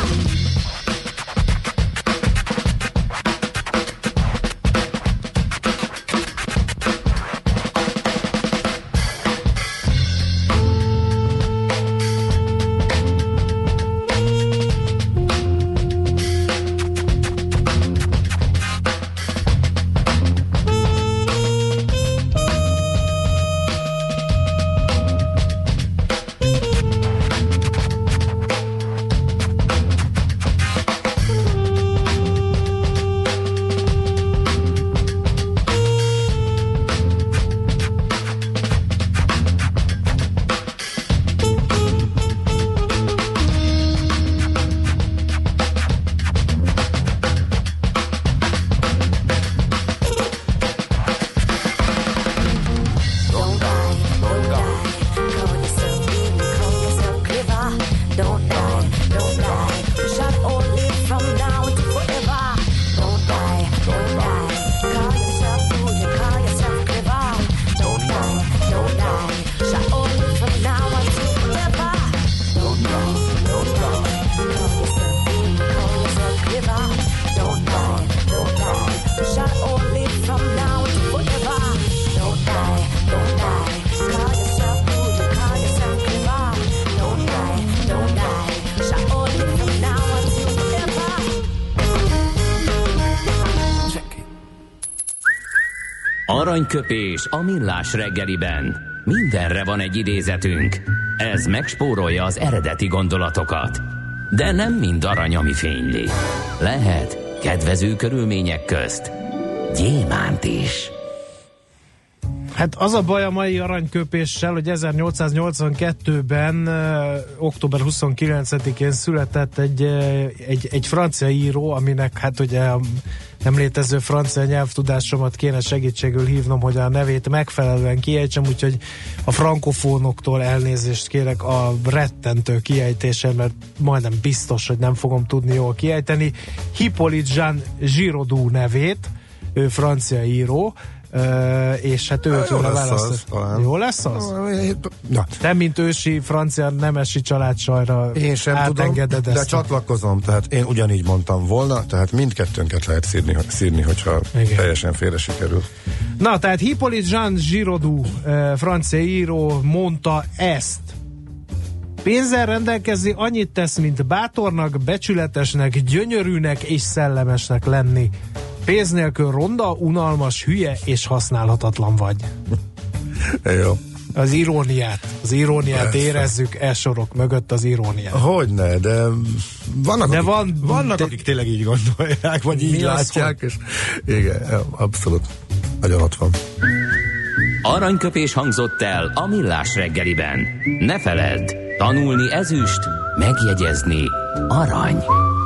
Aranyköpés a millás reggeliben. Mindenre van egy idézetünk. Ez megspórolja az eredeti gondolatokat. De nem mind arany, ami fényli. Lehet kedvező körülmények közt gyémánt is. Hát az a baj a mai aranyköpéssel, hogy ezernyolcszáznyolcvankettőben uh, október huszonkilencedikén született egy, uh, egy, egy francia író, aminek hát ugye a nem létező francia nyelvtudásomat kéne segítségül hívnom, hogy a nevét megfelelően kiejtsem, úgyhogy a frankofónoktól elnézést kérek a rettentő kiejtésen, mert majdnem biztos, hogy nem fogom tudni jól kiejteni. Hippolyte Jean Giraudoux nevét, ő francia író, Uh, és hát ő tőle választott. Jó lesz az? Na. Te, mint ősi francia nemesi családsajra én sem tudom, de csatlakozom, tehát én ugyanígy mondtam volna, tehát mindkettőnket lehet szírni, szírni hogyha igen, teljesen félre sikerül. Na, tehát Hippolyte Jean Giraudoux, uh, francia író mondta ezt: pénzzel rendelkezni annyit tesz, mint bátornak, becsületesnek, gyönyörűnek és szellemesnek lenni. Pénz nélkül ronda, unalmas, hülye és használhatatlan vagy. Jó. Az iróniát, az iróniát persze érezzük e sorok mögött, az iróniát. Hogyne, de vannak, de akik, van, vannak de, akik tényleg így gondolják, vagy így látják, és igen, abszolút nagyon ott van. Aranyköpés hangzott el a millás reggeliben. Ne feledd, tanulni ezüst, megjegyezni arany.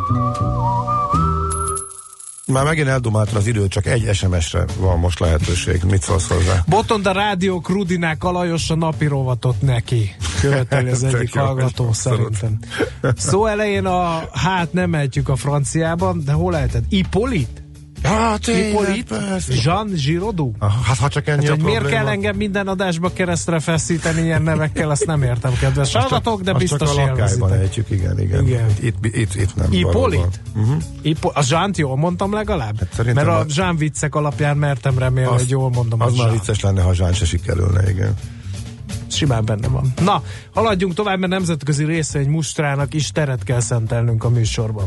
Már megint eldumáltan az idő, csak egy es em es-re van most lehetőség. Mit szólsz hozzá? Botond a rádió Krudinák Alajos a napi rovatot neki. Követeli az egyik hallgató szerintem. Szó elején a hát nem ejtjük a franciában, de hol lehetett? Hippolyte? Hát, Hippolyte? Jean Giraudoux? Hát ha csak ennyi hát, a probléma. Miért kell engem minden adásba keresztre feszíteni ilyen nevekkel, azt nem értem, kedves hallgatók, de biztos élvezitek. Azt csak a lakásban ejtjük, igen, igen. igen. Itt, itt, itt nem. Hippolyte? Uh-huh. Hippo- a Jean-t jól mondtam legalább? Hát mert a Jean viccek alapján mertem remélni, az, hogy jól mondom. Az már vicces lenne, ha Jean se sikerülne, igen. Simán benne van. Na, haladjunk tovább, mert nemzetközi részvény mustrának is teret kell szentelnünk a műsorban.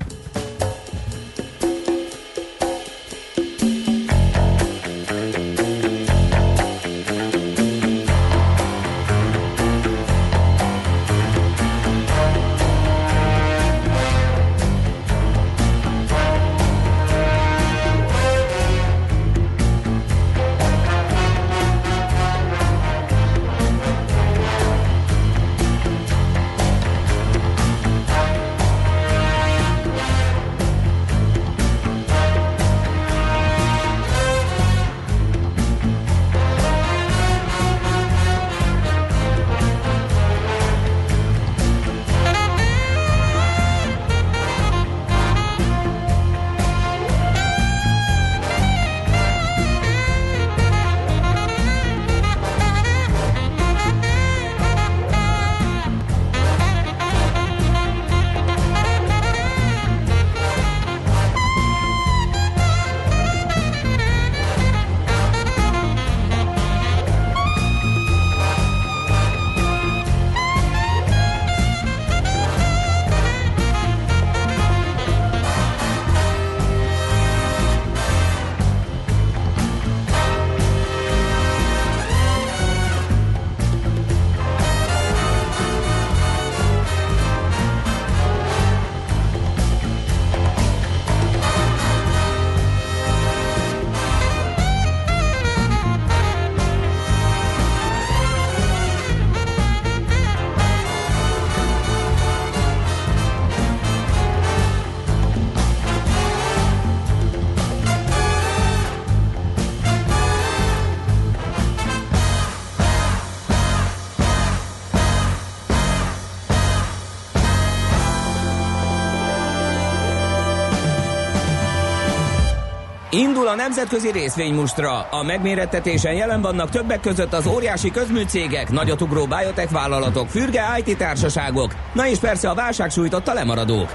Indul a nemzetközi részvénymustra. A megmérettetésen jelen vannak többek között az óriási közműcégek, nagyotugró biotech vállalatok, fürge i té társaságok, na és persze a válság sújtotta lemaradók.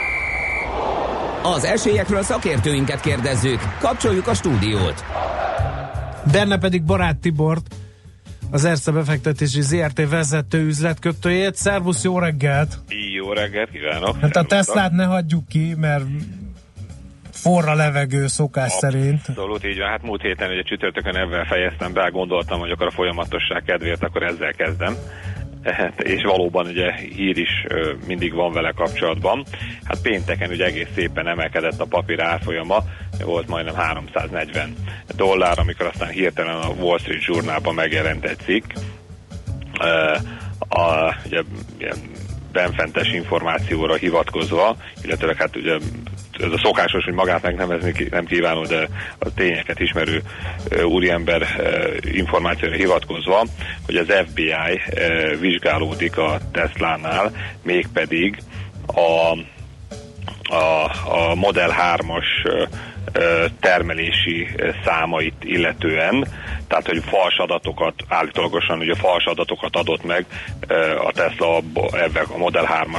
Az esélyekről szakértőinket kérdezzük. Kapcsoljuk a stúdiót. Benne pedig Barát Tibort, az Erste befektetési zé er té vezető üzletkötőjét. Szervusz, jó reggelt! Jó reggelt kívánok! Hát a Teslát ne hagyjuk ki, mert forra levegő szokás szerint. Abszolút így van. Hát múlt héten ugye csütörtökön ebben fejeztem be, gondoltam, hogy akkor a folyamatosság kedvéért akkor ezzel kezdem. És valóban ugye hír is ö, mindig van vele kapcsolatban. Hát pénteken ugye egész szépen emelkedett a papír árfolyama, volt majdnem háromszáznegyven dollár, amikor aztán hirtelen a Wall Street Journalban megjelent egy cikk. Uh, a, ugye, ilyen benfentes információra hivatkozva, illetve hát ugye ez a szokásos, hogy magát megnevezni nem kívánó, de a tényeket ismerő uh, úriember uh, információra hivatkozva, hogy az ef bé i uh, vizsgálódik a Teslánál, mégpedig a, a, a Model hármas uh, termelési számait illetően, tehát hogy fals adatokat, állítólagosan ugye fals adatokat adott meg a Tesla ebben a Model hármas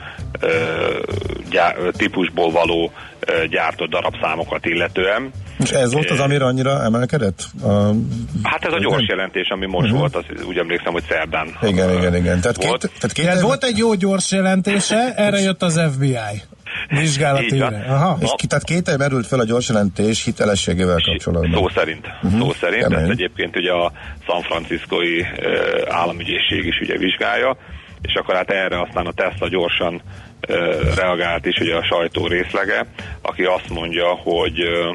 típusból való gyártott darabszámokat illetően. És ez volt az, amire annyira emelkedett? A... Hát ez a gyors jelentés, ami most uh-huh. volt, az úgy emlékszem, hogy szerdán igen, igen, igen. Tehát volt. Két, tehát két tehát volt egy jó gyors jelentése, erre jött az ef bé i. Vizsgálati. Aha. És ki, tehát kételj merült fel a gyors jelentés hitelességével kapcsolatban. Szó szerint. Uh-huh. Szó szerint. Ezt egyébként ugye a San Franciscói uh, államügyészség is ugye vizsgálja, és akkor hát erre aztán a Tesla gyorsan uh, reagált is ugye a sajtó részlege, aki azt mondja, hogy uh,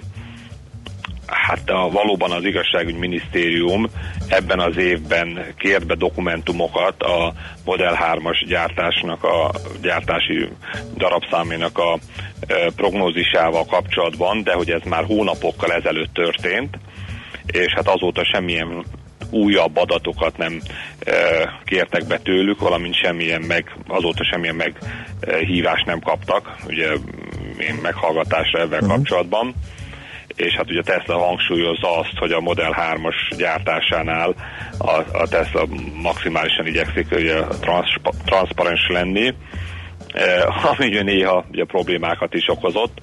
hát a, valóban az igazságügyminisztérium ebben az évben kért be dokumentumokat a Model hármas gyártásnak a gyártási darabszámének a e, prognózisával kapcsolatban, de hogy ez már hónapokkal ezelőtt történt, és hát azóta semmilyen újabb adatokat nem e, kértek be tőlük, valamint semmilyen meg, azóta semmilyen meghívást nem kaptak, ugye én meghallgatásra ebben uh-huh. kapcsolatban. És hát ugye a Tesla hangsúlyozza azt, hogy a Model hármas gyártásánál a, a Tesla maximálisan igyekszik ugye transz, transzparens lenni, eh, ami ugye néha ugye problémákat is okozott,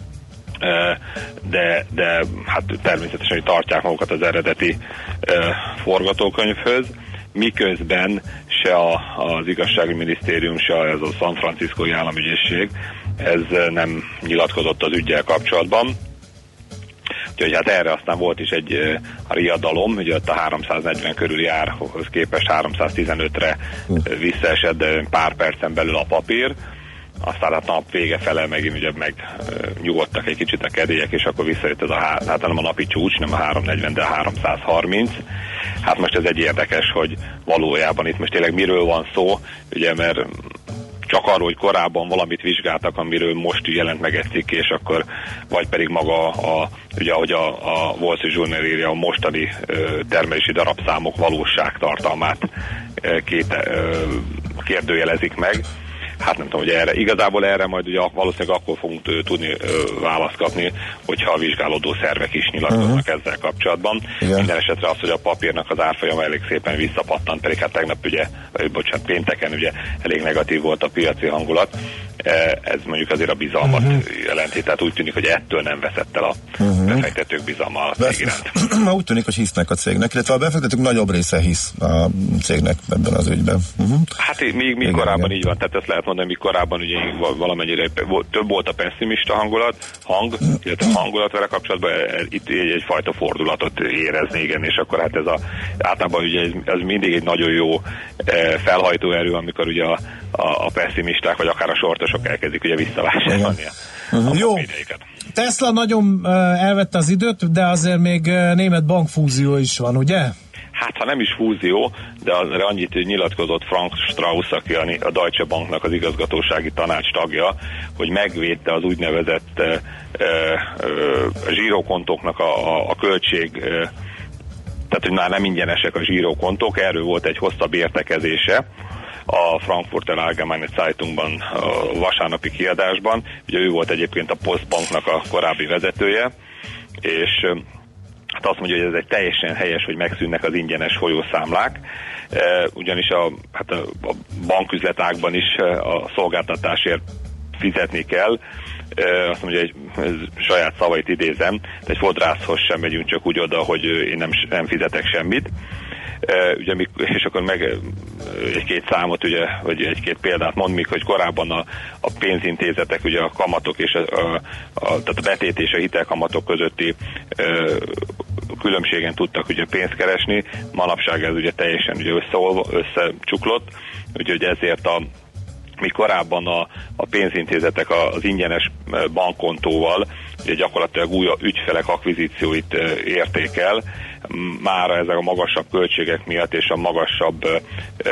eh, de, de hát természetesen hogy tartják magukat az eredeti eh, forgatókönyvhöz, miközben se a, az igazságügyminisztérium, se ez a San Franciscói államügyészség ez nem nyilatkozott az üggyel kapcsolatban. Úgyhogy hát erre aztán volt is egy uh, a riadalom, ugye ott a háromszáznegyven körüli árhoz képest háromszáztizenötre uh, visszaesett, de pár percen belül a papír. Aztán hát nap vége fele megint ugye meg uh, nyugodtak egy kicsit a kedélyek, és akkor visszajött ez a, hát nem a napi csúcs, nem a háromszáznegyven, de a háromszázharminc. Hát most ez egy érdekes, hogy valójában itt most tényleg miről van szó, ugye mert csak arról, hogy korábban valamit vizsgáltak, amiről most jelent meg egy cikk, és akkor vagy pedig maga, a, ugye ahogy a, a Wall Street Journal írja, a mostani ö, termelési darabszámok valóságtartalmát ö, két, ö, kérdőjelezik meg. Hát nem tudom, hogy erre, igazából erre majd ugye valószínűleg akkor fogunk tudni ö, választ kapni, hogyha a vizsgálódó szervek is nyilatkoznak uh-huh. ezzel kapcsolatban. Igen. Minden esetre az, hogy a papírnak az árfolyama elég szépen visszapattant, pedig hát tegnap ugye, bocsánat, pénteken ugye elég negatív volt a piaci hangulat. Ez mondjuk azért a bizalmat uh-huh. jelenti, tehát úgy tűnik, hogy ettől nem veszett el a uh-huh. befektetők bizalma a cég iránt. Ma úgy tűnik, hogy hisznek a cégnek, illetve a befektetők nagyobb része hisz a cégnek ebben az ügyben. Uh-huh. Hát még, még korábban igen. így van, tehát ezt lehet mondani, még korábban ugye valamennyire több volt a pessimista hangulat, hang, illetve hangulat vele kapcsolatban, itt egy, egyfajta fordulatot érezni, igen, és akkor hát ez a, általában ugye ez, ez mindig egy nagyon jó felhajtó erő, amikor ugye a, a, a pessimisták, vagy akár a sortosok elkezdik ugye visszavásárolni uh-huh. Jó. Tesla nagyon elvette az időt, de azért még német bankfúzió is van, ugye? Hát, ha nem is fúzió, de azért annyit nyilatkozott Frank Strauss, aki a Deutsche Banknak az igazgatósági tanács tagja, hogy megvédte az úgynevezett e, e, zsírókontóknak a, a, a költség, e, tehát hogy már nem ingyenesek a zsírókontók, erről volt egy hosszabb értekezése a Frankfurter Allgemeine Zeitungban, a vasárnapi kiadásban. Ugye ő volt egyébként a Postbanknak a korábbi vezetője, és hát azt mondja, hogy ez egy teljesen helyes, hogy megszűnnek az ingyenes folyószámlák, ugyanis a, hát a banküzletágban is a szolgáltatásért fizetni kell. Azt mondja, hogy ez saját szavait idézem, de egy fodrászhoz sem megyünk csak úgy oda, hogy én nem, nem fizetek semmit. ugye, és akkor meg egy-két számot, ugye, vagy egy-két példát mond még, hogy korábban a, a pénzintézetek, ugye a kamatok és a, a, a, tehát a betét és a hitelkamatok közötti ö, különbségen tudtak ugye pénzt keresni, manapság ez ugye teljesen ugye összeolva, összecsuklott, úgyhogy ezért a mi korábban a, a pénzintézetek az ingyenes bankkontóval ugye gyakorlatilag új ügyfelek akvizícióit érték el, mára ezek a magasabb költségek miatt és a magasabb e,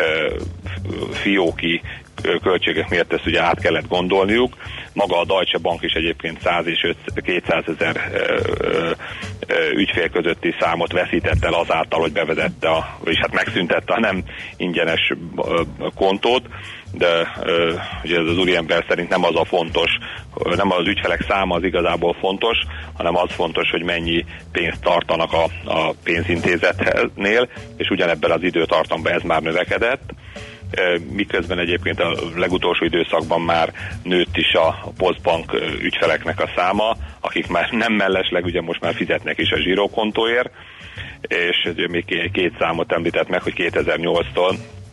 fióki költségek miatt ezt ugye át kellett gondolniuk. Maga a Deutsche Bank is egyébként száz és kétszázezer ügyfél közötti számot veszített el azáltal, hogy bevezette, a, vagyis hát megszüntette a nem ingyenes kontót, de ugye ez az úriember szerint nem az a fontos, nem az ügyfelek száma az igazából fontos, hanem az fontos, hogy mennyi pénzt tartanak a, a pénzintézetnél, és ugyanebben az időtartamban ez már növekedett, miközben egyébként a legutolsó időszakban már nőtt is a Postbank ügyfeleknek a száma, akik már nem mellesleg ugye most már fizetnek is a zsírókontóért, és még két számot említett meg, hogy kétezer-nyolctól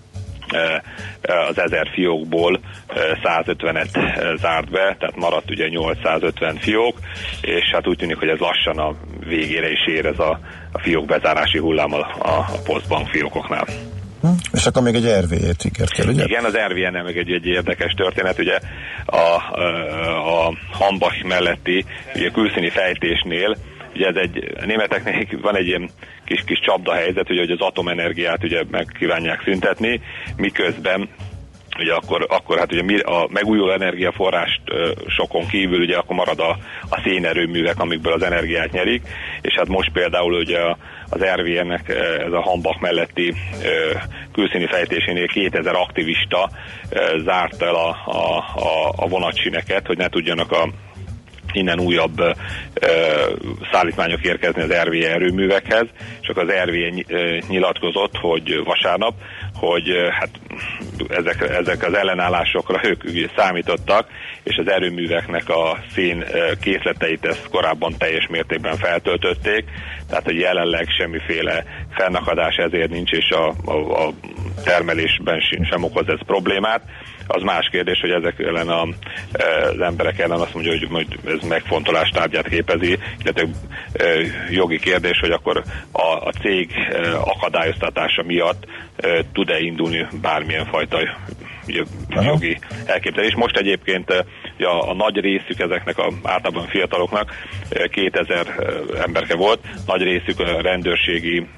az ezer fiókból százötvenet zárt be, tehát maradt ugye nyolcszázötven fiók, és hát úgy tűnik, hogy ez lassan a végére is ér ez a, a fiók bezárási hullám a, a Postbank fiókoknál. Hm? És akkor még egy er vé é-t ígértél, ugye? Igen, az er vé é-nél meg egy, egy érdekes történet, ugye a, a, a Hambach melletti ugye külszíni fejtésnél, ugye ez egy, a németeknek van egy ilyen kis, kis csapdahelyzet, ugye, hogy az atomenergiát ugye meg kívánják szüntetni, miközben ugye akkor, akkor hát ugye a megújuló energiaforrást sokon kívül ugye akkor marad a, a szénerőművek, amikből az energiát nyerik, és hát most például ugye az er vé é-nek ez a Hambach melletti külszíni fejtésénél kétezer aktivista zárt el a, a, a, a vonatsíneket, hogy ne tudjanak a innen újabb uh, szállítmányok érkezni az er vé é erőművekhez, és akkor az er vé é nyilatkozott, hogy vasárnap, hogy uh, hát ezek, ezek az ellenállásokra ők ugye számítottak, és az erőműveknek a szén uh, készleteit ezt korábban teljes mértékben feltöltötték, tehát hogy jelenleg semmiféle fennakadás ezért nincs, és a, a, a termelésben sem okoz ez problémát. Az más kérdés, hogy ezek ellen a, az emberek ellen azt mondja, hogy, hogy ez megfontolás tárgyát képezi, illetve e, jogi kérdés, hogy akkor a, a cég e, akadályoztatása miatt e, tud-e indulni bármilyen fajta ugye, jogi elképzelés. Most egyébként e, a, a nagy részük ezeknek a általában fiataloknak e, kétezer e, emberke volt, nagy részük a rendőrségi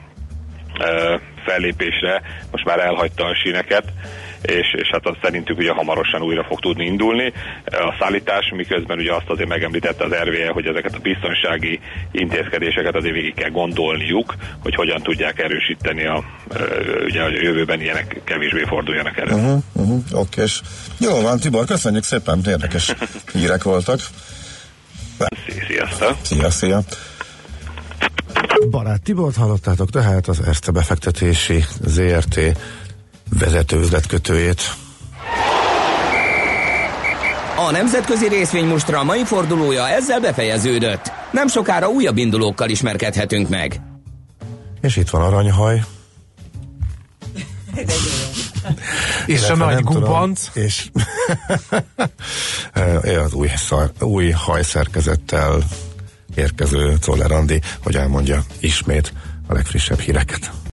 e, fellépésre most már elhagyta a síneket, és, és hát az szerintük ugye hamarosan újra fog tudni indulni a szállítás, miközben ugye azt azért megemlítette az er vé é, hogy ezeket a biztonsági intézkedéseket azért végig kell gondolniuk, hogy hogyan tudják erősíteni a, ugye, a jövőben ilyenek kevésbé forduljanak elő. Uh-huh, uh-huh, oké, és jó van, Tibor, köszönjük szépen, érdekes hírek voltak. Sziasztok! Szia, szia! Barát Tibort hallottátok, tehát az Erste befektetési zé er té vezető üzletkötőjét. A nemzetközi részvénymustra mai fordulója ezzel befejeződött. Nem sokára újabb indulókkal ismerkedhetünk meg. És itt van Aranyhaj. És a nagy gubanc. És az új, szar, új hajszerkezettel érkező Czoller Andi, hogy elmondja ismét a legfrissebb híreket.